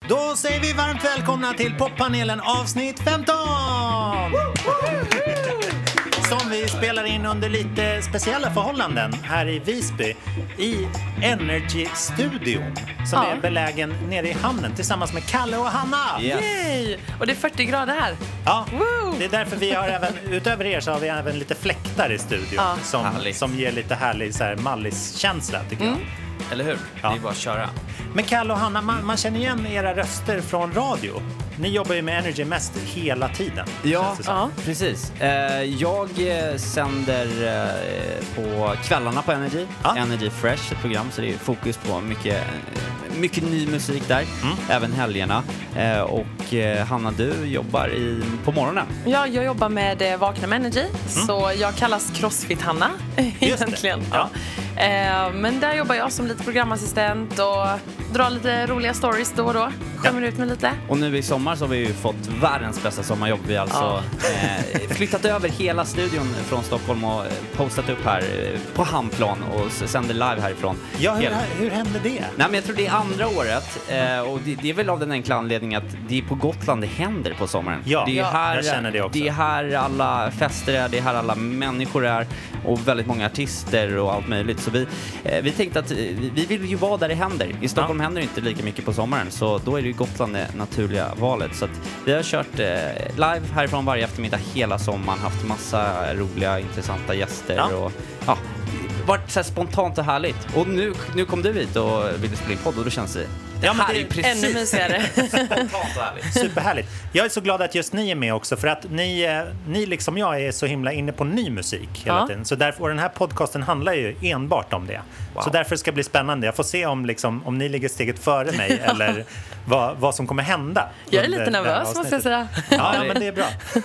Då säger vi varmt välkomna till poppanelen avsnitt 15! Som vi spelar in under lite speciella förhållanden här i Visby i Energy-studion som är belägen nere i hamnen tillsammans med Kalle och Hanna. Yes. Yay! Och det är 40 grader här. Ja, det är därför vi har även, utöver er så har vi även lite fläktar i studion som ger lite härlig så här mallis-känsla tycker jag. Eller hur? Ja. Det är bara att köra. Men Kalle och Hanna, man känner igen era röster från radio. Ni jobbar ju med Energy mest hela tiden. Ja, precis. Jag sänder på kvällarna på Energy. Energy Fresh, ett program, så det är fokus på mycket ny musik där. Även helgerna. Och Hanna, du jobbar på morgonen. Ja, jag jobbar med Vakna med Energy. Så jag kallas CrossFit-Hanna egentligen. Ja. Men där jobbar jag som lite programassistent och drar lite roliga stories då och då. Kommer ut med lite. Och nu i sommar så har vi ju fått världens bästa sommarjobb. Vi har alltså flyttat över hela studion från Stockholm och postat upp här på Hamnplan och sänder live härifrån. Ja, hur hände det? Nej, men jag tror det är andra året och det är väl av den enkla anledningen att det är på Gotland det händer på sommaren. Ja, det är här, jag känner det också. Det är här alla fester är, det är här alla människor är och väldigt många artister och allt möjligt. Så vi tänkte att vi vill ju vara där det händer. I Stockholm händer det inte lika mycket på sommaren, så då är det ju Gotland det naturliga valet. Så att vi har kört live härifrån varje eftermiddag hela sommaren, haft massa roliga, intressanta gäster och varit så här spontant och härligt. Och nu kom du hit och ville spela in podd och då känns det här är precis ännu mysigare. spontant och härligt. Superhärligt. Jag är så glad att just ni är med också, för att ni liksom jag är så himla inne på ny musik hela tiden. Så därför, och den här podcasten handlar ju enbart om det. Wow. Så därför ska det bli spännande. Jag får se om ni ligger steget före mig eller vad som kommer hända. Jag är lite nervös måste jag säga. Ja, men det är bra.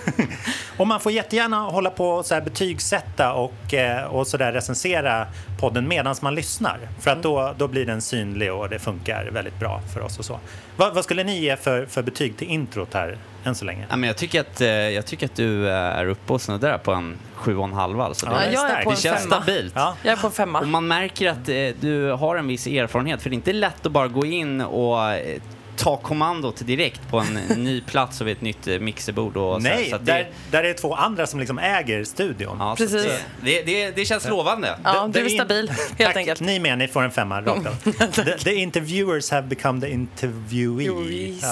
Och man får jättegärna hålla på och så här betygsätta och så där recensera podden medan man lyssnar. För att då blir den synlig och det funkar väldigt bra för oss och så. Vad skulle ni ge för betyg till introt här än så länge? Ja, men jag tycker att du är uppe och snuddar på en 7,5 alltså. Jag är på en 5. Det känns stabilt. Ja. Jag är på en 5. Och man märker att du har en viss erfarenhet, för det är inte lätt att bara gå in och ta kommandot direkt på en ny plats och vid ett nytt mixerbord. Och nej, så att där är det 2 andra som liksom äger studion. Ja, precis. Det känns lovande. Ja, du är stabil, helt enkelt. Ni med, ni får en 5 rakt av. The interviewers have become the interviewees.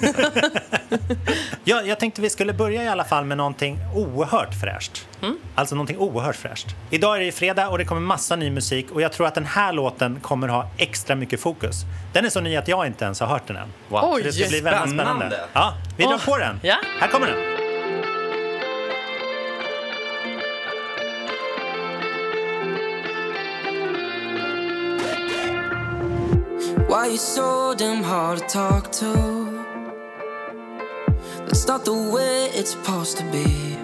Ja. Jag tänkte vi skulle börja i alla fall med någonting oerhört fräscht. Alltså någonting oerhört fräscht. Idag är det fredag och det kommer massa ny musik och jag tror att den här låten kommer ha extra mycket fokus. Den är så ny att jag inte ens har hört den än. Wow. Oj, så det ska bli väldigt spännande. Ja, vi drar på den. Ja. Här kommer den. Why you so damn hard to talk to? That's not the way it's supposed to be.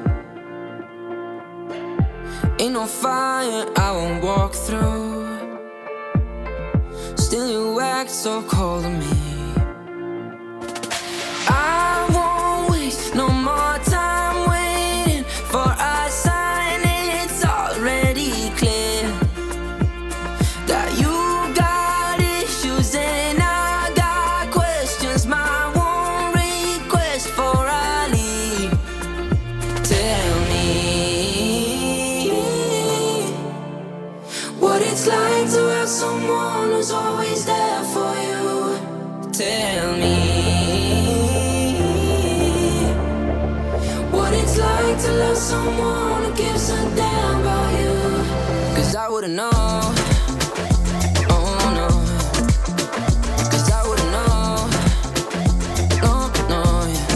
Ain't no fire I won't walk through. Still you act so cold to me. I won't waste no more time waiting for a sign. It's already clear that you got issues and I got questions. My one request for a leave. Tell me what it's like to have someone who's always there for you. Tell me what it's like to love someone who gives a damn about you. 'Cause I wouldn't know. Oh no. 'Cause I wouldn't know. No, yeah.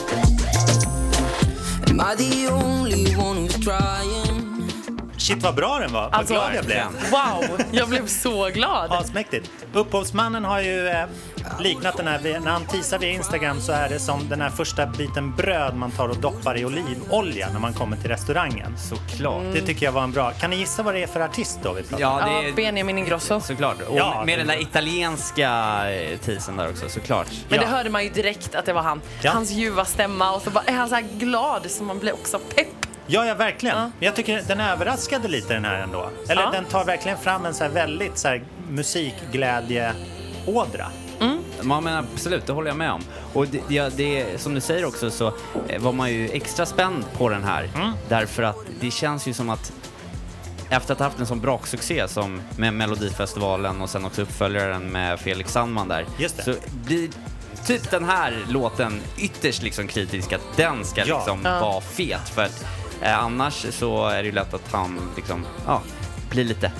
Am I the only one who's trying? Shit vad bra den var. Vad glad jag blev. Wow, jag blev så glad. Asmäktigt. Upphovsmannen har ju liknat den här, när han teasar via Instagram så är det som den här första biten bröd man tar och doppar i olivolja när man kommer till restaurangen. Såklart. Det tycker jag var en bra. Kan ni gissa vad det är för artist då vi pratar? Ja, det är Benjamin Ingrosso. såklart. Och Ja, med den där italienska teasen där också, såklart. Men Ja. det hörde man ju direkt att det var han. Ja. Hans ljuva stämma och så bara är han så här glad så man blir också pepp. Ja, verkligen. Ja. Men jag tycker den överraskade lite den här ändå. Eller den tar verkligen fram en så här väldigt så här musikglädjeådra. Ja, men absolut, det håller jag med om. Och det som du säger också, så var man ju extra spänd på den här. Därför att det känns ju som att efter att ha haft en sån braksuccé som med Melodifestivalen och sen också uppföljaren med Felix Sandman där, så blir typ den här låten ytterst liksom kritisk att den ska liksom vara fet. För att annars så är det ju lätt att han liksom, blir lite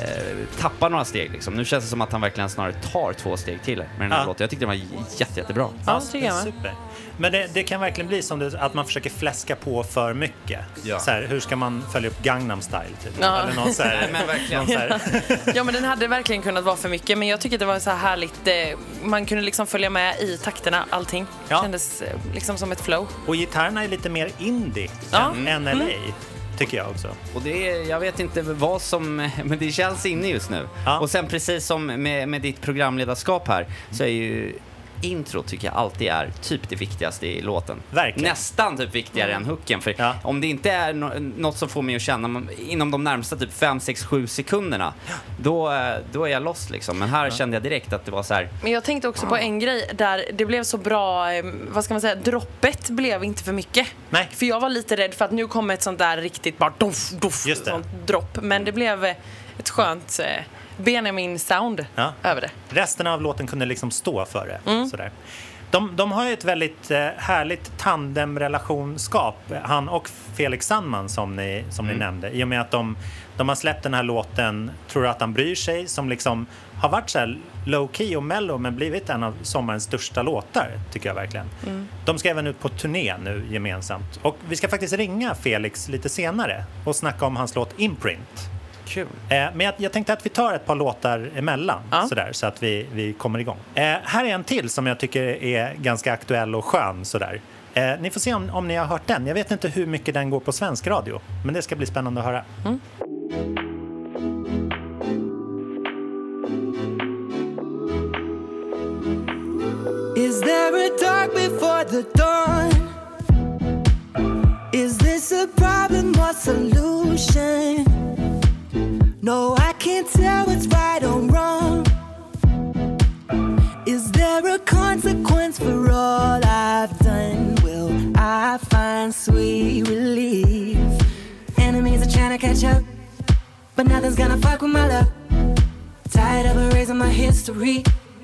tappar några steg liksom. Nu känns det som att han verkligen snarare tar 2 steg till med den här låten. Jag tyckte den var jättebra. Ja, tycker jag. Super. Men det kan verkligen bli som att man försöker fläska på för mycket. Ja. Så här, hur ska man följa upp Gangnam Style typ? Ja. Eller någon så här, Nej, men verkligen. någon så här. Ja, men den hade verkligen kunnat vara för mycket. Men jag tycker det var så här härligt. Man kunde liksom följa med i takterna, allting. Kändes liksom som ett flow. Och gitarrerna är lite mer indie än LA. Tycker jag också. Och jag vet inte vad som, men det känns inne just nu. Ja. Och sen precis som med ditt programledarskap här, så är ju intro tycker jag alltid är typ det viktigaste i låten. Verkligen. Nästan typ viktigare än hooken. För om det inte är något som får mig att känna inom de närmsta typ 5, 6, 7 sekunderna, då är jag lost liksom. Men här kände jag direkt att det var så här. Men jag tänkte också på en grej där det blev så bra, vad ska man säga, droppet blev inte för mycket. Nej. För jag var lite rädd för att nu kommer ett sånt där riktigt bara doff, sånt dropp. Men det blev ett skönt Benjamin-sound över det. Resten av låten kunde liksom stå för det. Sådär. De har ju ett väldigt härligt tandemrelationskap, han och Felix Sandman som ni nämnde. I och med att de har släppt den här låten Tror du att han bryr sig, som liksom har varit så här low key och mellow, men blivit en av sommarens största låtar, tycker jag verkligen. De ska även ut på turné nu gemensamt. Och vi ska faktiskt ringa Felix lite senare och snacka om hans låt Imprint. Kul. Men jag tänkte att vi tar ett par låtar emellan sådär, så att vi kommer igång. Här är en till som jag tycker är ganska aktuell och skön sådär. Ni får se om ni har hört den. Jag vet inte hur mycket den går på svensk radio, men det ska bli spännande att höra. Is there a dark before the dawn? Is this a problem or solution? No, I can't tell what's right or wrong. Is there a consequence for all I've done? Will I find sweet relief? Enemies are trying to catch up, but nothing's gonna fuck with my love. Tired of erasing my history.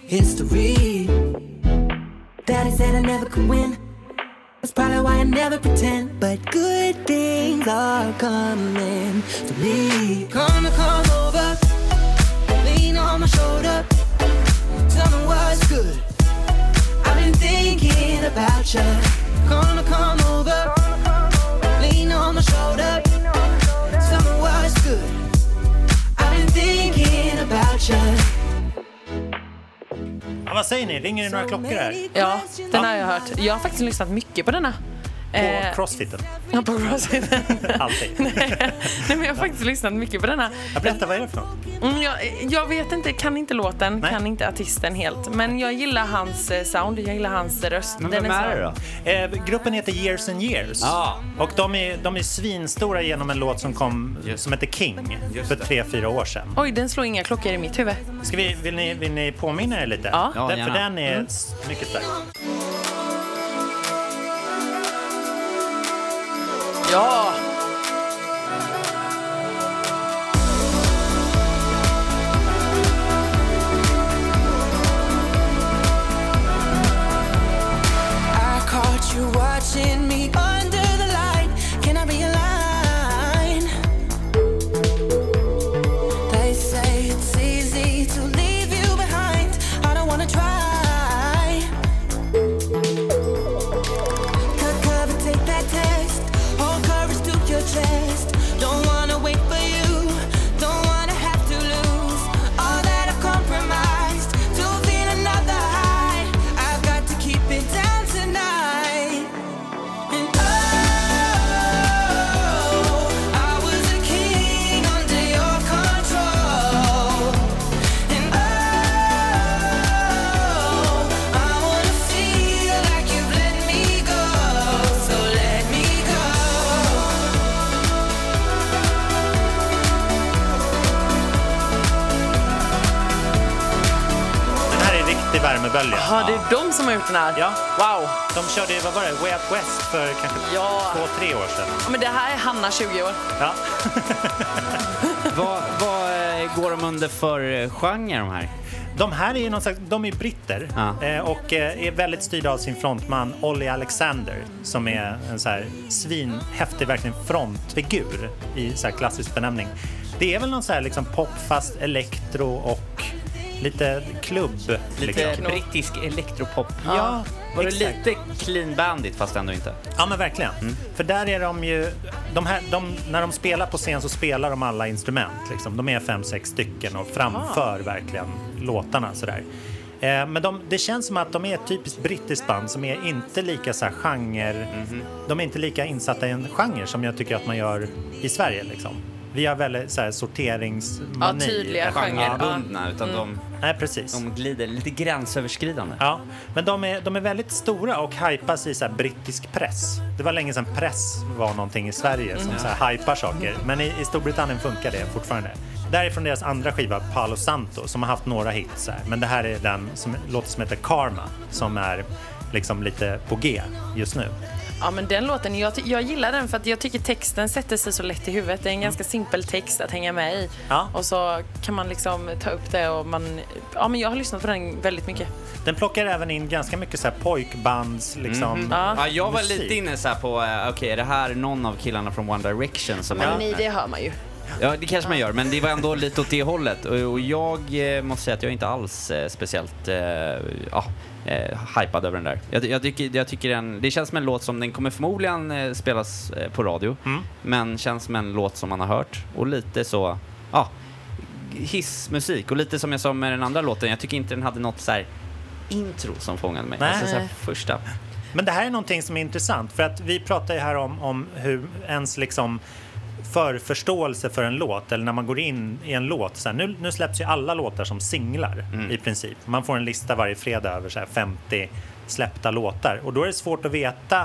Daddy said I never could win. That's probably why I never pretend. But good things are coming to me. Come over, lean on my shoulder. Tell me what's good. I've been thinking about you. Come over, lean on my shoulder. Tell me what's good. I've been thinking about you. Ja, vad säger ni? Ringer det några klockor här? Ja, den har jag hört. Jag har faktiskt lyssnat mycket på denna. På Crossfiten? Ja, på Crossfiten. Alltid. Nej, men jag har faktiskt lyssnat mycket på denna. Berätta, vad är det för något? Jag vet inte, kan inte låten, kan inte artisten helt. Men jag gillar hans sound, jag gillar hans röst. Men vem är det då? Gruppen heter Years and Years. Och de är svinstora genom en låt som kom som heter King för 3-4 år sedan. Oj, den slår inga klockor i mitt huvud. Vill ni påminna er lite? Ja. För den är mycket stark. Ja! I caught you watching me under the light. Can I be a line? They say it's easy to leave you behind. I don't wanna try. Cut cover, take that test. Hold courage to Bölja. Ja, det är de som har gjort den här. Ja. Wow. De körde ju, vad var det, Way Out West för kanske 2-3 år sedan. Ja, men det här är Hanna 20 år. Ja. Vad går de under för genre, de här? De här är ju någon slags, de är britter och är väldigt styrda av sin frontman Ollie Alexander, som är en så här svinhäftig verkligen frontfigur i så här klassisk benämning. Det är väl någon så här liksom pop fast elektro och lite klubb. Lite liksom. brittisk elektropop. Ja, Var det exakt. lite clean bandit fast ändå inte? Ja, men verkligen. För där är de ju, när de spelar på scen så spelar de alla instrument. Liksom. De är 5-6 stycken och framför verkligen låtarna sådär. Men det känns som att de är ett typiskt brittiskt band som är inte lika så här genre. De är inte lika insatta i en genre som jag tycker att man gör i Sverige liksom. Vi har väldigt så här sorteringsmani. Ja, tydliga Genrebundna, utan Nej, precis. de glider lite gränsöverskridande. Ja, men de är väldigt stora och hypas i så här brittisk press. Det var länge sedan press var någonting i Sverige som så här hypar saker. Men i Storbritannien funkar det fortfarande. Därifrån deras andra skiva, Palo Santo, som har haft några hits här. Men det här är den låt som heter Karma, som är liksom lite på G just nu. Ja, men den låten, jag gillar den för att jag tycker texten sätter sig så lätt i huvudet. Det är en ganska simpel text att hänga med i. Ja. Och så kan man liksom ta upp det och men jag har lyssnat på den väldigt mycket. Den plockar även in ganska mycket så här pojkbands liksom. Ja, jag var musik. lite inne så här på, okej, är det här någon av killarna från One Direction som Men nej, det hör man ju. Ja, det kanske man gör, men det var ändå lite åt det hållet. Och jag måste säga att jag inte alls speciellt hypad över den där. Jag tycker det känns som en låt som den kommer förmodligen spelas på radio, men känns som en låt som man har hört. Och lite så, hissmusik. Och lite som jag sa med den andra låten, jag tycker inte den hade något så här intro som fångade mig. Nej. Alltså så här första. Men det här är någonting som är intressant, för att vi pratar ju här om hur ens liksom förståelse för en låt, eller när man går in i en låt så här, nu släpps ju alla låtar som singlar i princip. Man får en lista varje fredag över så här 50 släppta låtar, och då är det svårt att veta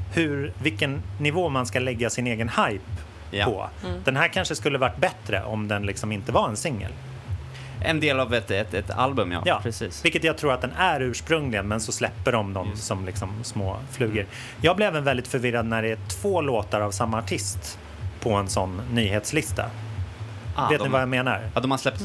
vilken nivå man ska lägga sin egen hype på. Den här kanske skulle varit bättre om den liksom inte var en singel. En del av ett album, ja, precis. Vilket jag tror att den är ursprungligen, men så släpper de dem som liksom små flugor. Jag blev även väldigt förvirrad när det är 2 låtar av samma artist på en sån nyhetslista. Vet ni vad jag menar? Ja, de har släppt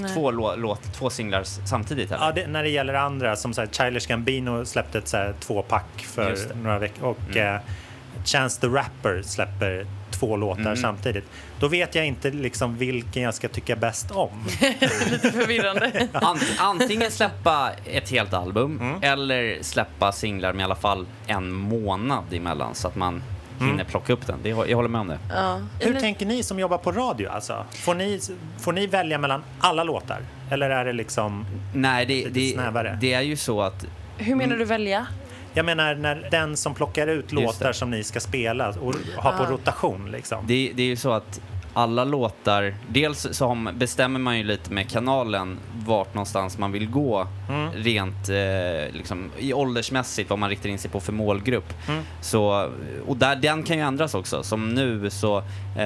2 singlar samtidigt, eller? Ja, när det gäller andra, som så här, Childish Gambino släppte ett 2-pack för några veckor, och Chance the Rapper släpper 2 låtar samtidigt. Då vet jag inte liksom vilken jag ska tycka bäst om. Lite förvirrande. Antingen släppa ett helt album eller släppa singlar med i alla fall en månad emellan, så att man hinner plocka upp den. Jag håller med om det. Ja. Hur tänker ni som jobbar på radio? Alltså? Får ni välja mellan alla låtar? Eller är det liksom lite snävare? Det är ju så att... Hur menar du välja? Jag menar när den som plockar ut låtar som ni ska spela och ha på rotation liksom. Det är ju så att alla låtar, dels så bestämmer man ju lite med kanalen vart någonstans man vill gå rent liksom, i åldersmässigt, vad man riktar in sig på för målgrupp. Så, och den kan ju ändras också. Som nu så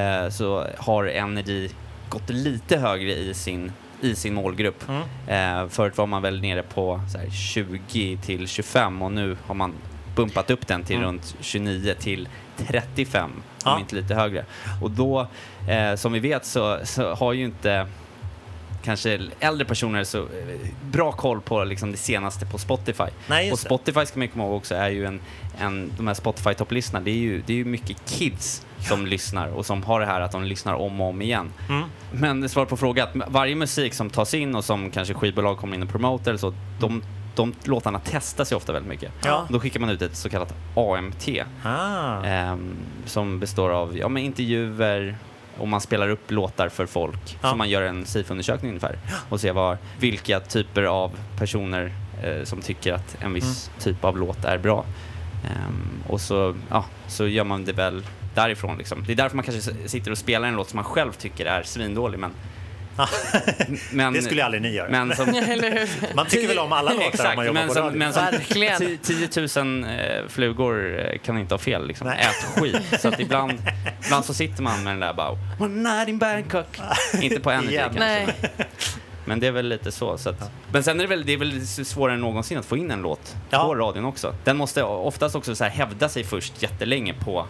har Energy gått lite högre i sin målgrupp. Förut var man väl nere på så här 20 till 25, och nu har man bumpat upp den till runt 29 till 35, om inte lite högre. Och då, som vi vet, så har ju inte kanske äldre personer så bra koll på liksom det senaste på Spotify. Nej, och Spotify, ska man komma ihåg också, är ju de här Spotify-topplistorna, det är ju mycket kids som lyssnar och som har det här att de lyssnar om och om igen. Men det svar på frågan, att varje musik som tas in och som kanske skivbolag kommer in och promoter, så de låtarna testas ju ofta väldigt mycket. Då skickar man ut ett så kallat AMT som består av intervjuer, och man spelar upp låtar för folk, som man gör en SIFO-undersökning ungefär, och ser vilka typer av personer som tycker att en viss typ av låt är bra. Och så gör man det väl därifrån liksom. Det är därför man kanske sitter och spelar en låt som man själv tycker är svindålig, men det skulle aldrig ni göra. Men man tycker väl om alla låtar om man jobbar på radio. Men verkligen. 10 000 flugor kan inte ha fel liksom. Ät skit. Så att ibland så sitter man med den där bara One night in Bangkok. Inte på Energy kanske. Nej. Men det är väl lite så att... Men sen är det är väl svårare än någonsin att få in en låt på radion också. Den måste oftast också så här hävda sig först jättelänge på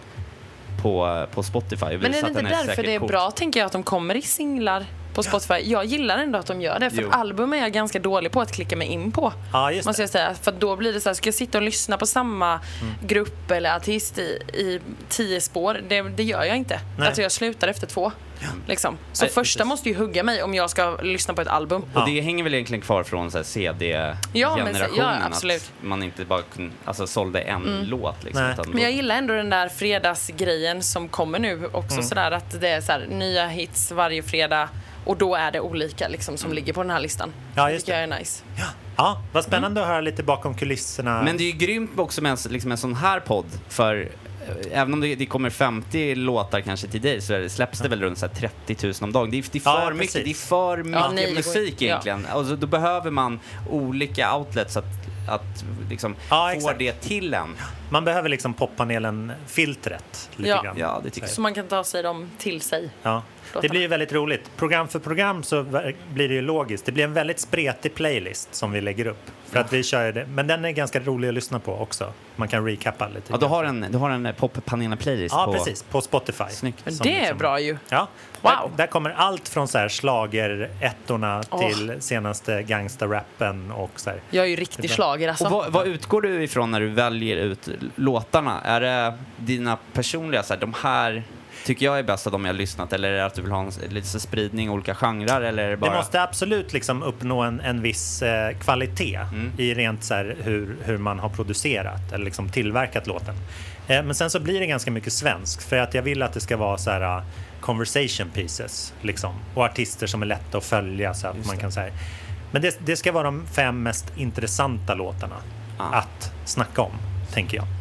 Spotify. Men är det inte därför det är bra, tänker jag, att de kommer i singlar på Spotify? Jag gillar ändå att de gör det, för album är jag ganska dålig på att klicka mig in på. Måste jag säga, för då blir det så här, ska jag sitta och lyssna på samma grupp eller artist i 10 spår? Det gör jag inte. Alltså jag slutar efter 2. Liksom. Så första måste ju hugga mig om jag ska lyssna på ett album. Och det hänger väl egentligen kvar från så här CD-generationen, absolut. att man inte bara sålde en låt liksom, men jag gillar ändå den där fredagsgrejen som kommer nu också, sådär att det är så här, nya hits varje fredag. Och då är det olika liksom, som ligger på den här listan. Ja, just det. Det är nice. Ja, vad spännande att höra lite bakom kulisserna. Men det är ju grymt också med en sån här podd. För även om det kommer 50 låtar kanske till dig, så släpps det väl runt så här 30 000 om dagen. Det är för mycket, det är för mycket musik egentligen. Alltså, då behöver man olika outlets att liksom få det till en. Man behöver liksom poppanelen-filtret lite grann. Ja, det tycker jag. Så man kan ta sig dem till sig. Ja. Det blir ju väldigt roligt. Program för program så blir det ju logiskt. Det blir en väldigt spretig playlist som vi lägger upp. För att vi kör det. Men den är ganska rolig att lyssna på också. Man kan recappa lite. Ja, du har en poppanelen-playlist på... precis. På Spotify. Snyggt. Men det är liksom bra ju. Ja. Wow. Där kommer allt från så här schlager-ettorna till senaste gangsta-rappen och så här. Jag är ju riktigt schlager alltså. Och vad utgår du ifrån när du väljer ut låtarna? Är det dina personliga så här, de här tycker jag är bäst av dem jag har lyssnat, eller är det att du vill ha lite spridning, olika genrer, eller är det bara... Det måste absolut liksom uppnå en viss kvalitet i rent så här hur man har producerat eller liksom tillverkat låten. Men sen så blir det ganska mycket svenskt, för att jag vill att det ska vara så här conversation pieces liksom, och artister som är lätta att följa så att man kan säga. Men det ska vara de 5 mest intressanta låtarna att snacka om, tänker jag.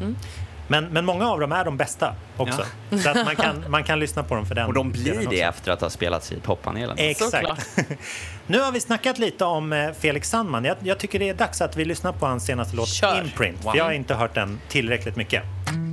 Men många av dem är de bästa också. Så att man kan lyssna på dem för den. Och de blir det efter att ha spelats i poppanelen. Exakt. Nu har vi snackat lite om Felix Sandman. Jag tycker det är dags att vi lyssnar på hans senaste låt Imprint. För jag har inte hört den tillräckligt mycket.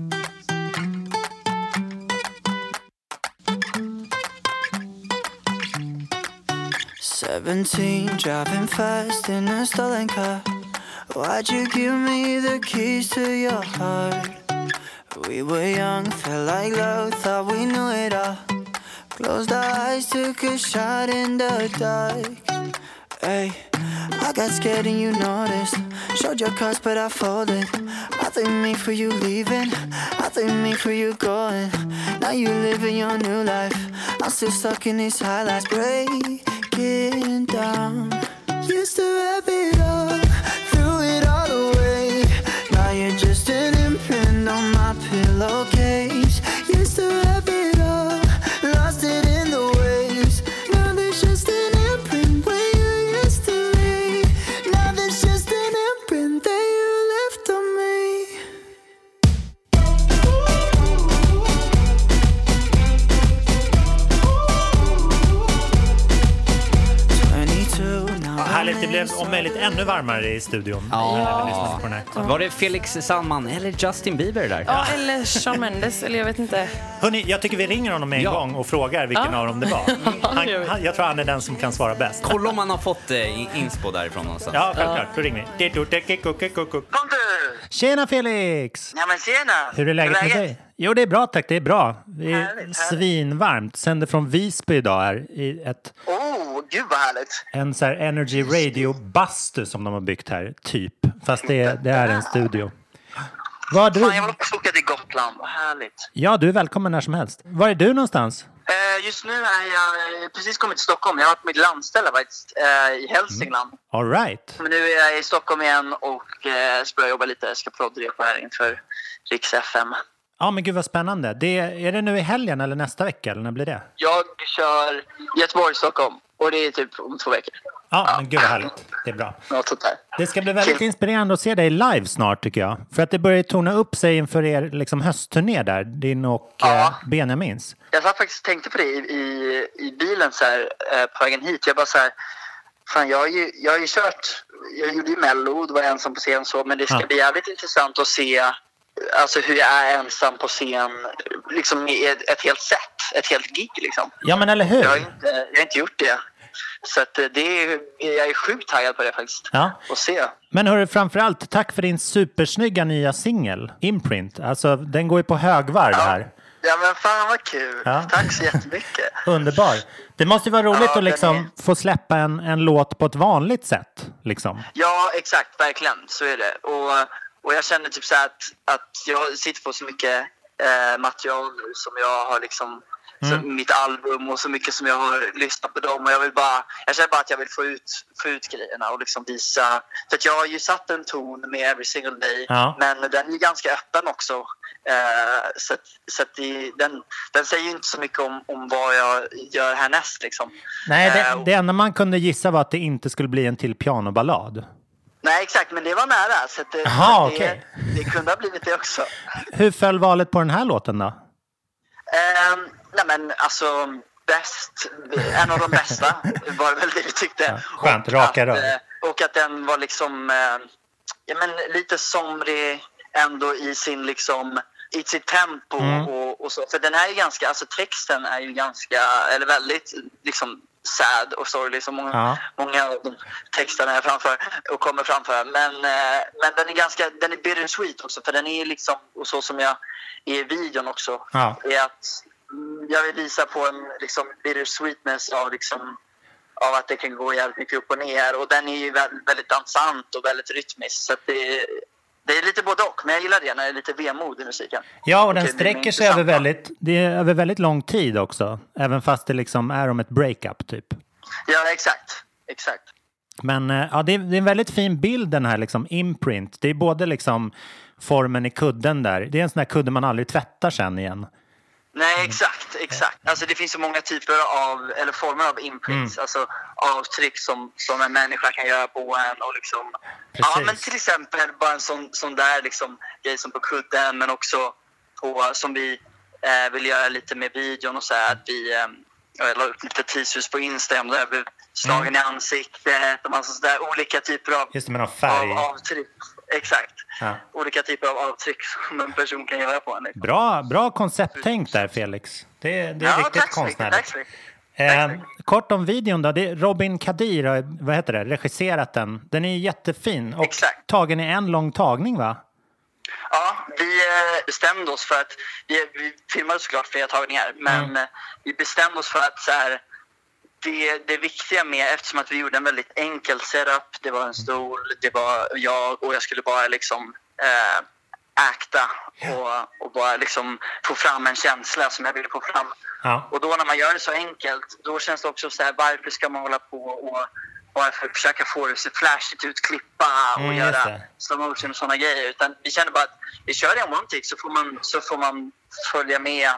17, driving fast in a stolen car. Why'd you give me the keys to your heart? We were young, felt like love, thought we knew it all. Closed our eyes, took a shot in the dark. Hey, I got scared and you noticed. Showed your cards but I folded. I think me for you leaving, I think me for you going. Now you living your new life, I'm still stuck in these highlights. Breaking down, used to wrap it up, threw it all away. Now you're just an imprint on my pillowcase. Used to wrap it up, lost it in the waves. Now there's just an imprint where you used to lay. Now there's just an imprint that you left on me. Härligt, det blev om möjligt ännu varmare i studion. Ja. Var det Felix Sandman eller Justin Bieber där? Ja, eller Shawn Mendes, eller jag vet inte. Hörrni, jag tycker vi ringer honom en gång och frågar vilken av dem det var. Jag tror han är den som kan svara bäst. Kolla om han har fått inspo därifrån någonstans. Ja, självklart. Då ringer vi. Tjena Felix! Ja, men tjena! Hur är läget med dig? Jo, det är bra tack, det är bra. Det är svinvarmt. Sänder från Visby idag här i ett... Gud vad härligt. En så här Energy Radio bastu som de har byggt här, typ. Fast det är en studio. Jag vill också åka till Gotland, vad härligt. Ja, du är välkommen när som helst. Var är du någonstans? Just nu är jag precis kommit till Stockholm. Jag har varit på mitt landställe i Hälsingland. All right. Men nu är jag i Stockholm igen och ska börja jobba lite. Jag ska prodrepa här inför Riks FM. Ja, men gud vad spännande. Är det nu i helgen eller nästa vecka? Eller när blir det? Jag kör Göteborg-Stockholm. Och det är typ om 2 veckor. Ja, men gud vad härligt. Det är bra. Det ska bli väldigt inspirerande att se dig live snart, tycker jag. För att det börjar torna upp sig inför er liksom, höstturné där. Din och Benjamins. Jag faktiskt tänkte på det i bilen så här, på vägen hit. Jag bara så här... Fan, jag har ju kört... Jag gjorde ju Mello, det var ensam på scen så. Men det ska bli jävligt intressant att se... Alltså hur jag är ensam på scen liksom med ett helt set, ett helt gig liksom. Ja, men eller hur? Jag har inte gjort det Så att jag är sjukt taggad på det faktiskt. Ja. Och se. Men hörru, framförallt tack för din supersnygga nya singel, Imprint. Alltså, den går ju på högvarv här. Ja, men fan vad kul. Ja. Tack så jättemycket. Underbar. Det måste ju vara roligt att liksom är... få släppa en låt på ett vanligt sätt. Liksom. Ja, exakt. Verkligen. Så är det. Och jag känner typ så här att jag sitter på så mycket material som jag har liksom... Så mitt album och så mycket som jag har lyssnat på dem. Och jag känner bara att jag vill få ut grejerna och liksom visa. För att jag har ju satt en ton med Every Single Day. Ja. Men den är ganska öppen också. Så att den säger ju inte så mycket om vad jag gör härnäst liksom. Nej, det enda man kunde gissa var att det inte skulle bli en till pianoballad. Nej, exakt, men det var nära. Så att det kunde ha blivit det också. Hur föll valet på den här låten då? Nej men alltså en av de bästa var väl det vi tyckte. Ja, skönt, raka rör. Och att den var liksom lite somrig ändå i sin liksom i sitt tempo och så. För den är ju ganska, alltså texten är ju ganska, eller väldigt liksom sad och sorglig som många av de texterna är framför och kommer framför. Men den är bittersweet också, för den är liksom, och så som jag i videon också, är att jag vill visa på en liksom bittersweetness av att det kan gå jävligt mycket upp och ner, och den är ju väldigt dansant och väldigt rytmisk, så att det är lite både och, men jag gillar det när det är lite vemod i musiken. Ja, och den sträcker sig över väldigt lång tid också, även fast det liksom är om ett breakup typ. Ja, exakt. Men ja, det är en väldigt fin bild, den här liksom Imprint. Det är både liksom formen i kudden där. Det är en sån här kudde man aldrig tvättar sen igen. Nej, exakt. Alltså det finns så många typer av, eller former av imprints, alltså avtryck som en människa kan göra på en, och liksom, ja, men till exempel bara en sån där liksom grej som på kudden, men också på, som vi vill göra lite med videon och så här, att vi jag la upp lite teasers på Instagram där jag blev slagen i ansiktet och massa sådär olika typer av, just det, med någon färg. Av avtryck. Exakt. Ja. Olika typer av avtryck som en person kan göra på en. Bra koncepttänk där, Felix. Det är riktigt konstnärligt. Kort om videon då. Det är Robin Kadir har regisserat den. Den är jättefin och tagen i en lång tagning, va? Ja, vi bestämde oss för att vi filmade såklart flera tagningar, men vi bestämde oss för att så här, det viktiga med, eftersom att vi gjorde en väldigt enkel setup, det var en stol, det var jag skulle bara liksom acta och bara liksom få fram en känsla som jag ville få fram. Ja. Och då när man gör det så enkelt, då känns det också så här, varför ska man hålla på och bara försöka få det så flashigt ut, klippa och göra slow motion och sådana grejer, utan vi kände bara att vi kör det en one take, så får man följa med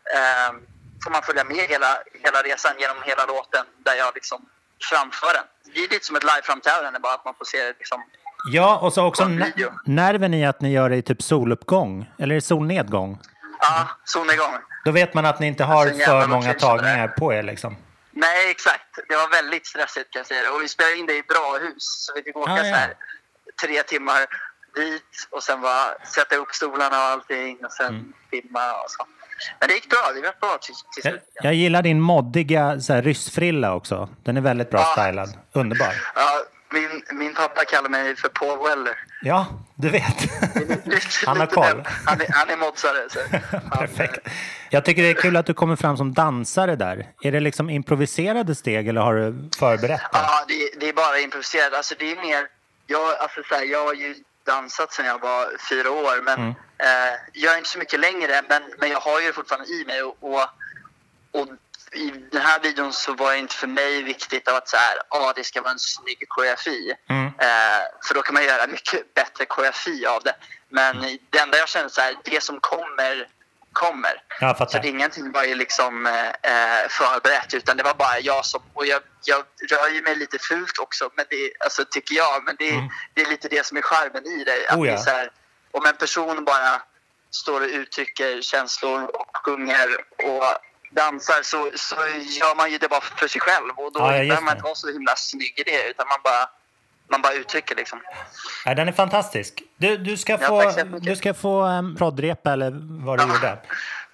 hela resan genom hela låten, där jag liksom framför den. Det är lite som ett live-framträdande, bara att man får se det liksom. Ja, och så också nerven i att ni gör det i typ soluppgång, eller solnedgång. Ja, solnedgång. Då vet man att ni inte har för många tagningar på er liksom. Nej, exakt. Det var väldigt stressigt, kan jag säga. Och vi spelade in det i bra hus, så vi fick åka så här 3 timmar dit och sen bara sätta upp stolarna och allting och sen filma och så. Men det gick bra, det var bra till slut. Jag gillar din moddiga så här, ryssfrilla också. Den är väldigt bra stylad. Underbar. Ja, min pappa kallar mig för Paul Weller. Ja, du vet. Han har koll. Han är modsare. Så. Perfekt. Jag tycker det är kul att du kommer fram som dansare där. Är det liksom improviserade steg eller har du förberett det? Ja, det är bara improviserat. Alltså det är mer... Jag har ju dansat sedan jag var 4 år, men jag är inte så mycket längre, men jag har ju det fortfarande i mig, och i den här videon så var det inte för mig viktigt att så här, det ska vara en snygg koreografi, för då kan man göra mycket bättre koreografi av det, men det enda jag känner så här, det som kommer. Så det är ingenting bara liksom förberett, utan det var bara jag som, och jag rör ju mig lite fult också, men det, alltså, tycker jag, men det är lite det som är charmen i det, att det är så här, om en person bara står och uttrycker känslor och sjunger och dansar, så gör man ju det bara för sig själv, och då behöver man inte vara så himla snygg i det, utan man bara uttrycker liksom. Ja, den är fantastisk. Du ska få proddrepa eller vad du gjorde.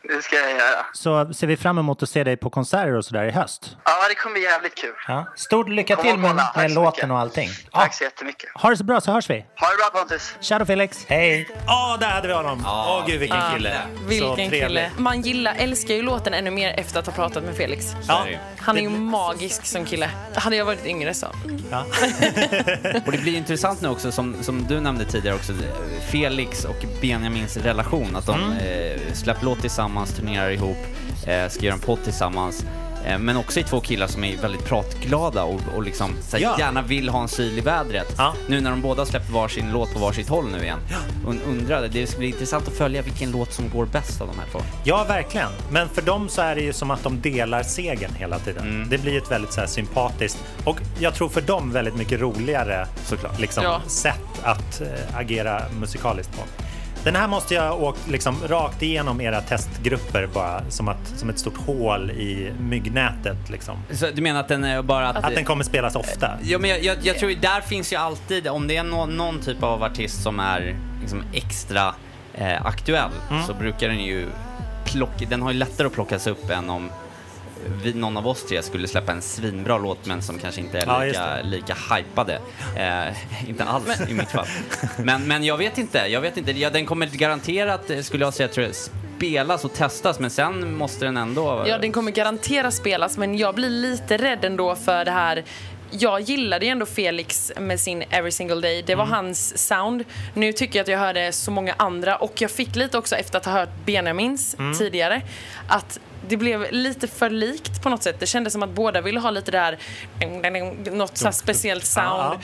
Det ska jag göra. Så ser vi fram emot att se dig på konserter och sådär i höst. Ja, det kommer bli jävligt kul. Ja. Stort lycka till med låten och allting. Tack så jättemycket. Ha det så bra så hörs vi. Ha det bra, Pontus. Tja då, Felix. Hej. Där hade vi honom. Gud vilken kille. Vilken kille. Man älskar ju låten ännu mer efter att ha pratat med Felix. Ja. Han är ju magisk som kille. Hade jag varit yngre så. Ja. Och det blir intressant nu också, som du nämnde tidigare också, Felix och Benjamins relation. Att de släpper låt tillsammans, turnerar ihop, ska göra en podd tillsammans. Men också i två killar som är väldigt pratglada och liksom gärna vill ha en syl i vädret. Ja. Nu när de båda släpper varsin låt på varsitt håll nu igen. Undrade, det ska bli intressant att följa vilken låt som går bäst av de här två. Ja, verkligen. Men för dem så är det ju som att de delar segern hela tiden. Det blir ett väldigt så här sympatiskt och jag tror för dem väldigt mycket roligare såklart, liksom, sätt att agera musikaliskt på. Den här måste jag åka liksom rakt igenom era testgrupper bara som ett stort hål i myggnätet liksom. Så du menar att den är bara att den kommer spelas ofta? Ja, men jag tror där finns ju alltid, om det är någon typ av artist som är liksom extra aktuell, så brukar den ju den har ju lättare att plockas upp än om någon av oss tre skulle släppa en svinbra låt men som kanske inte är lika hypade. Inte alls i mitt fall. Men jag vet inte. Ja, den kommer garanterat, skulle jag säga, tror jag, spelas och testas, men sen måste den ändå... Ja, den kommer garanterat spelas, men jag blir lite rädd ändå för det här. Jag gillade ju ändå Felix med sin Every Single Day. Det var hans sound. Nu tycker jag att jag hörde så många andra, och jag fick lite också efter att ha hört Benjamins tidigare, att det blev lite för likt på något sätt. Det kändes som att båda ville ha lite där något så speciellt sound.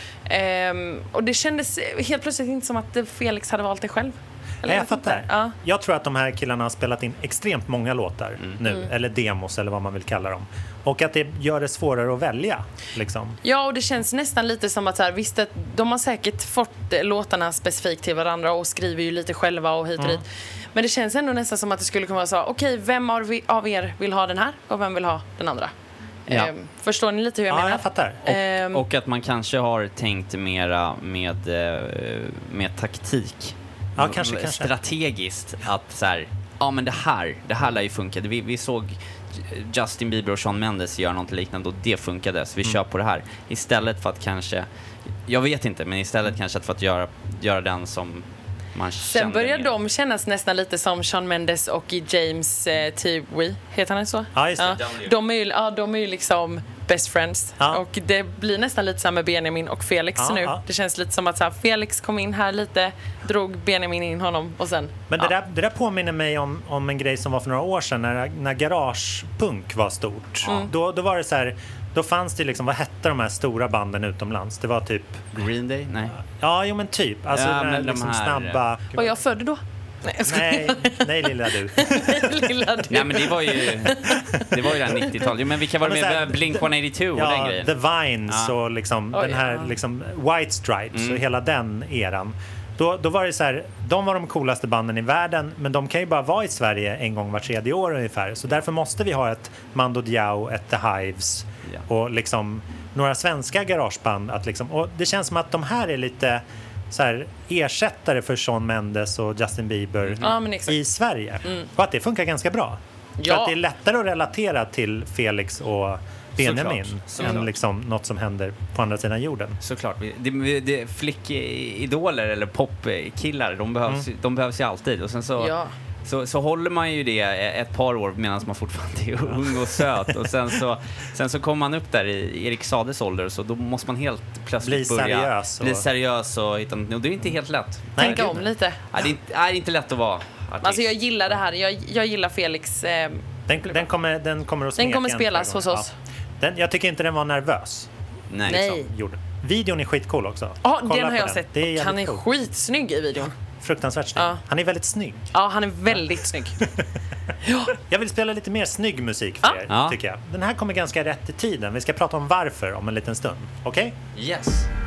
Och det kändes helt plötsligt inte som att Felix hade valt det själv. Eller jag fattar. Ja. Jag tror att de här killarna har spelat in extremt många låtar nu, eller demos eller vad man vill kalla dem. Och att det gör det svårare att välja liksom. Ja, och det känns nästan lite som att så här, visst att de har säkert fått låtarna specifikt till varandra och skriver ju lite själva och hit och dit. Men det känns ändå nästan som att det skulle kunna vara så, okej, vem av er vill ha den här och vem vill ha den andra? Ja. Förstår ni lite hur jag menar? Ja, jag fattar. Och att man kanske har tänkt mera med taktik. Ja, kanske. Strategiskt att så här, men det här lär ju funka. Vi såg Justin Bieber och Shawn Mendes göra något liknande och det funkade, så vi kör på det här. Istället för att kanske, jag vet inte, men istället kanske för att göra den som man känner. Sen börjar de kännas nästan lite som Shawn Mendes och James T.W. Heter han så? Ja, just det. Ja. De är ju liksom best friends. Ja. Och det blir nästan lite så med Benjamin och Felix nu. Ja. Det känns lite som att så här, Felix kom in här lite, drog Benjamin in honom och sen... Men det där påminner mig om en grej som var för några år sedan när garagepunk var stort. Då var det så här, då fanns det liksom, vad hette de här stora banden utomlands? Det var typ... Green Day? Nej. Ja, jo men typ. Alltså men liksom de här... snabba... Var jag född då? Nej, lilla du. Nej, men det var ju det här 90-talet. Men vilka var det med? Blink-182 och den grejen? The Vines och liksom den här liksom White Stripes och hela den eran. Då var det så här, de var de coolaste banden i världen, men de kan ju bara vara i Sverige en gång var tredje år ungefär. Så därför måste vi ha ett Mando Diao, ett The Hives och liksom några svenska garageband att liksom, och det känns som att de här är lite så här ersättare för Shawn Mendes och Justin Bieber i Sverige. Och att det funkar ganska bra. För att det är lättare att relatera till Felix och Benjamin än liksom något som händer på andra sidan jorden. Såklart. Det flickidoler eller popkillar, de behövs ju alltid. Och sen så håller man ju det ett par år medan man fortfarande är ung och söt. Och sen så kommer man upp där i Erik Sades ålder, så då måste man helt plötsligt bli seriös och hitta något. Och det är inte helt lätt. Tänka om lite. Det är inte lätt att vara artist. Alltså jag gillar det här. Jag gillar Felix. Den kommer spelas hos oss. Ja. Jag tycker inte den var nervös. Nej. Videon är skitcool också. Ja, den har jag sett. Han är skitsnygg i videon. Fruktansvärt snygg. Ja. Han är väldigt snygg. Ja, han är väldigt snygg. Jag vill spela lite mer snygg musik för er, tycker jag. Den här kommer ganska rätt i tiden. Vi ska prata om varför om en liten stund. Okej? Yes.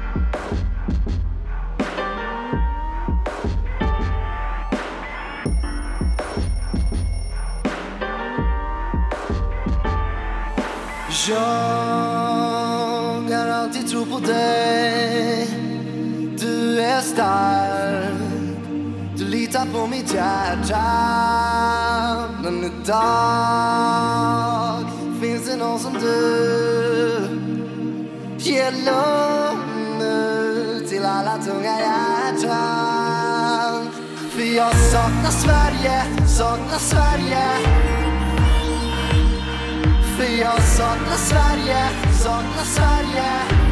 Jag har alltid tro på dig. Du är stark. Du litar vila på mitt hjärta. Men idag finns det någon som du ger lugn nu till alla tunga hjärtan. För jag saknar Sverige, saknar Sverige. För jag saknar Sverige, saknar Sverige.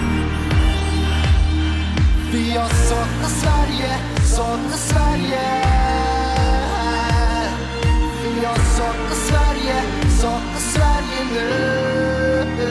För jag saknar Sverige, saknar Sverige. För jag saknar Sverige, saknar Sverige nu.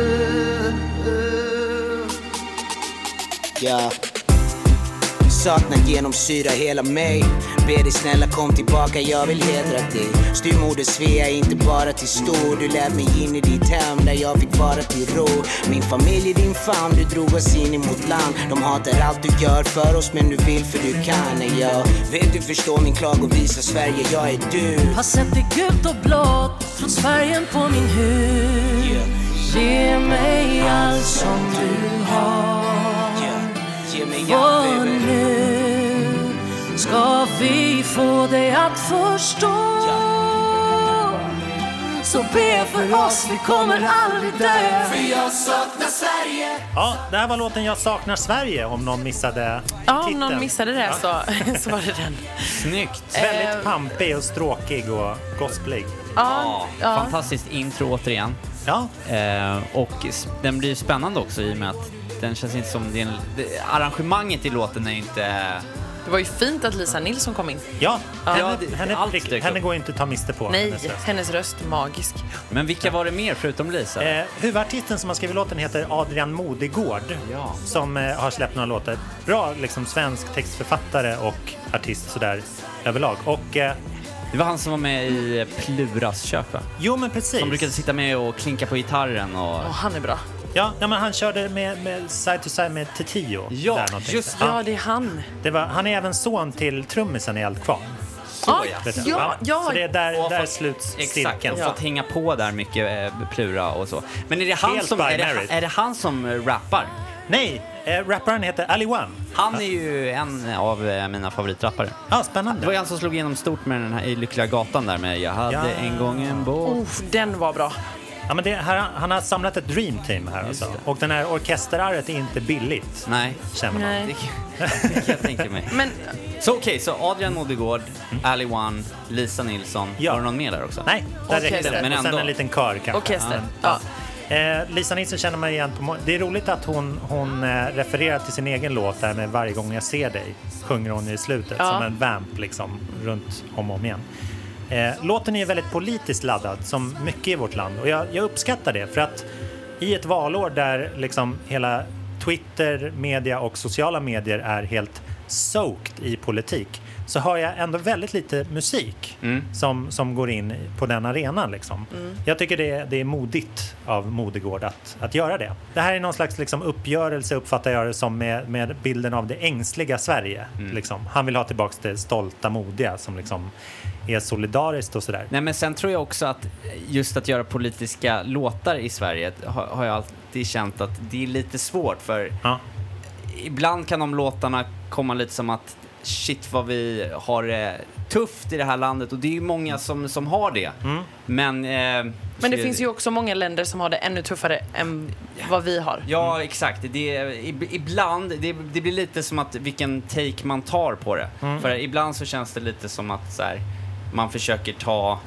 Ja. Saknar genomsyra hela mig. Be dig snälla kom tillbaka, jag vill hedra dig. Styrmoder Svea, inte bara till stor. Du lät mig in i ditt hem där jag fick vara till ro. Min familj i din famn, du drog oss in emot land. De hatar allt du gör för oss men du vill för du kan. Jag vet du förstår min klag och visar Sverige, jag är du. Har sett det gult och blått, trots färgen på min hud. Ge mig allt som du har. Och nu ska vi få dig att förstå. Så be för oss, vi kommer aldrig dö. För jag saknar Sverige. Ja, det här var låten Jag saknar Sverige. Om någon missade Ja, om titeln. någon missade det så var det den. Snyggt. Väldigt pampig och stråkig och gospelig. Ja. Fantastiskt intro återigen. Ja. Och den blir spännande också i och med att den känns inte som arrangemanget i låten är inte... Det var ju fint att Lisa Nilsson kom in. Ja, allt henne går inte att ta miste på. Nej, hennes röst magisk. Men vilka var det mer förutom Lisa? Huvudartisten som har skrivit låten heter Adrian Modegård. Ja. Som har släppt några låtar. Bra liksom svensk textförfattare och artist sådär överlag. Och det var han som var med i Pluras kök, va? jo, men precis. Som brukade sitta med och klinka på gitarren och... Han är bra. Ja, men han körde med side to side med Titio. Ja, där just Ja, det är han. Han är även son till trummisen i Eldkvarn. Ja. Så det är där sluts Exakt, cirkeln. och fått hänga på där mycket Plura och så. Men är det han som rappar? Nej, rapparen heter Ali One. Han är ju en av mina favoritrappare. Ja, spännande. Det var han som slog igenom stort med den här i Lyckliga gatan där med Jag hade en gång en båt. Den var bra. Ja, men han har samlat ett dream team här alltså. Och den här orkesterarret är inte billigt. Nej. Känner man. Nej. Det kan jag tänka mig. Men Så okej, så Adrian Modegård, Ali One, Lisa Nilsson. Ja. Var det någon mer där också? Nej, där Orkester. räcker det. Men Och sen ändå. en liten kör kanske. orkester. Ja. Lisa Nilsson känner man igen på det är roligt att hon refererar till sin egen låt där med Varje gång jag ser dig sjunger hon i slutet som en vamp liksom runt om och om igen. Låten är väldigt politiskt laddad som mycket i vårt land och jag uppskattar det för att i ett valår där liksom hela Twitter, media och sociala medier är helt soaked i politik så har jag ändå väldigt lite musik som går in på den arenan liksom. Jag tycker det är modigt av Modegård att göra det. Det här är någon slags liksom uppgörelse uppfattar jag det som med bilden av det ängsliga Sverige liksom. Han vill ha tillbaka det stolta modiga som liksom är solidariskt och sådär. Nej, men sen tror jag också att just att göra politiska låtar i Sverige har jag alltid känt att det är lite svårt för ibland kan de låtarna komma lite som att shit vad vi har det tufft i det här landet och det är ju många som har det. Men det finns ju också många länder som har det ännu tuffare än vad vi har. Ja, exakt. Ibland, det blir lite som att vilken take man tar på det. För ibland så känns det lite som att så här, man försöker ta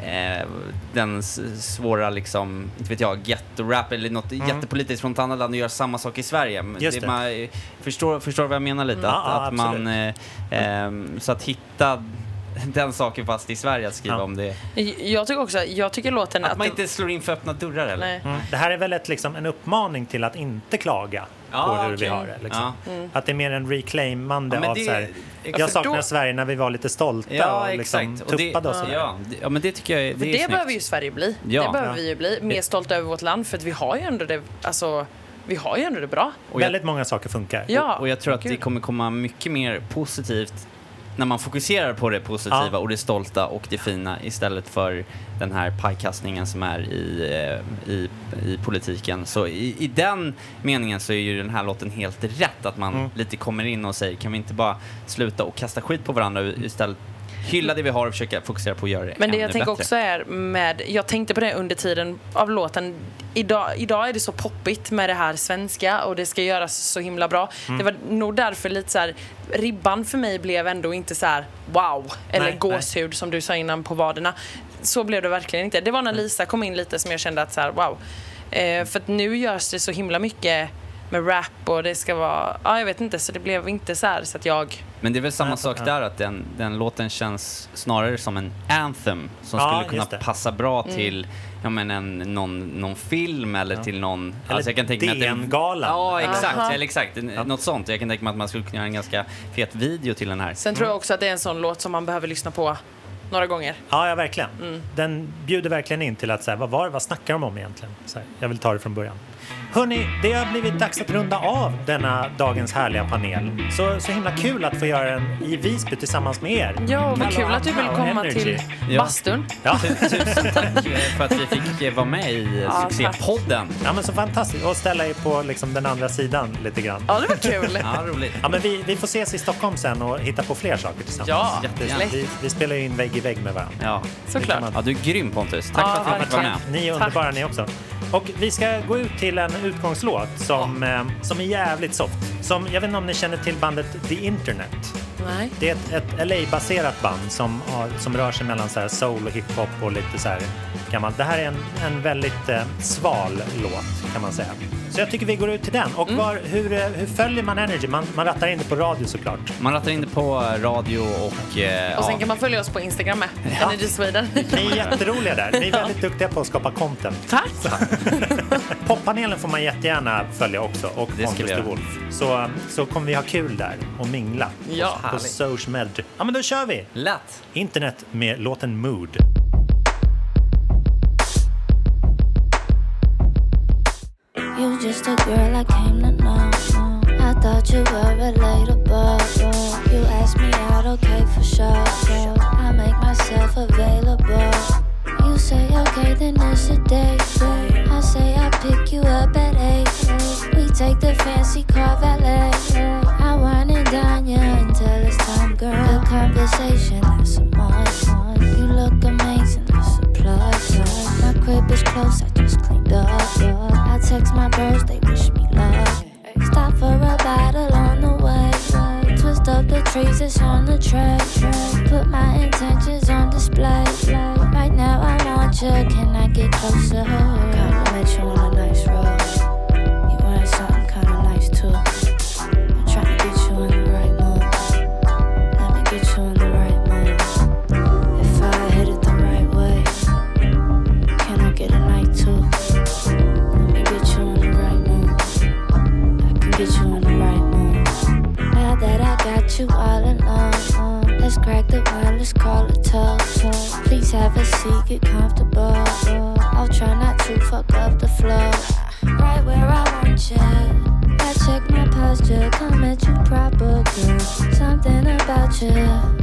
den svåra liksom, inte vet jag, ghetto-rap eller något jättepolitiskt från ett annat land och göra samma sak i Sverige. Man förstår vad jag menar lite? Att man så att hitta den saken fast i Sverige att skriva om det. Jag tycker låten att man inte slår in för öppna dörrar eller? Det här är väl en uppmaning till att inte klaga på hur vi har det liksom. Att det är mer en reclaimande av så här, jag saknar Sverige när vi var lite stolta och liksom tuppade oss. Ja, men det tycker jag det är behöver ju Sverige bli. Det behöver vi ju bli mer stolta över vårt land för att vi har ju ändå det, alltså vi har ju ändå det bra. Och väldigt många saker funkar. Och jag tror att det kommer komma mycket mer positivt när man fokuserar på det positiva och det stolta och det fina istället för den här pajkastningen som är i politiken. Så i den meningen så är ju den här låten helt rätt, att man lite kommer in och säger, kan vi inte bara sluta och kasta skit på varandra, istället hylla det vi har och försöka fokusera på att göra det. Men det jag tänker också är jag tänkte på det under tiden av låten. Idag är det så poppigt med det här svenska och det ska göras så himla bra. Det var nog därför lite så här, ribban för mig blev ändå inte så här wow eller gåshud som du sa innan på vaderna. Så blev det verkligen inte. Det var när Lisa kom in lite som jag kände att så här wow. För att nu görs det så himla mycket med rap och det ska vara, jag vet inte, så det blev inte så här så att jag... Men det är väl samma sak där, att den låten känns snarare som en anthem som skulle kunna passa bra till någon film eller till någon... Eller alltså jag kan tänka mig att galan. Ja, exakt. Något sånt. Jag kan tänka mig att man skulle kunna göra en ganska fet video till den här. Sen tror jag också att det är en sån låt som man behöver lyssna på några gånger. Ja, verkligen. Den bjuder verkligen in till att säga, vad snackar de om egentligen? Så här, jag vill ta det från början. Hörrni, det har blivit dags att runda av denna dagens härliga panel. Så himla kul att få göra den i Visby tillsammans med er. Ja, vad kul att du vill komma till bastun. Ja. Tusen tack för att vi fick vara med i succépodden. Ja, men så fantastiskt. Och ställa er på liksom den andra sidan lite grann. Ja, det var kul. Ja, roligt. Ja, men vi får ses i Stockholm sen och hitta på fler saker tillsammans. Ja, vi spelar ju in vägg i vägg med varandra. Ja, såklart. Ja, du är grym, Pontus. Tack för att du fick vara med. Ni är underbara ni också. Och vi ska gå ut till en utgångslåt som är jävligt soft. Jag vet inte om ni känner till bandet The Internet. Nej. Det är ett LA-baserat band som rör sig mellan så här soul och hiphop och lite så här gammalt. Det här är en väldigt sval låt kan man säga. Så jag tycker vi går ut till den. Och hur följer man Energy? Man rattar in det på radio såklart. Man rattar in det på radio och sen kan man följa oss på Instagram med Energy Sweden. Ni är jätteroliga där. Ni är väldigt duktiga på att skapa content. Tack! Poppanelen får man jättegärna följa också. Och det ska vi göra. Wolf. Så kommer vi ha kul där och mingla på social media. Ja, men då kör vi! Lätt! Internet med låten Mood. You just a girl I came to know. I thought you were relatable. You asked me out, okay for sure. I make myself available. You say okay, then it's a date. I say I'll pick you up at 8. We take the fancy car valet. I wine and dine you until it's time, girl. Good conversation, that's a must. You look amazing, that's a plus. My crib is close, I just cleaned up. I text my bros, they wish me luck. Stop for a bottle on the way. Twist up the trees, it's on the tray. Put my intentions on display. Right now I want you, can I get closer? Compliment you on a nice roll. You wearing something kinda nice too. I'm trying to get you in the right mood. Let me get you in the right mood. If I hit it the right way, can I get a night too? Let me get you in the right mood. I can get you in the right mood. Now that I got you all alone, let's crack the wine, let's call it toast. Please have a seat, get comfortable. I'll try not to fuck up the flow. Right where I want you. I check my posture, come at you proper, girl. Something about you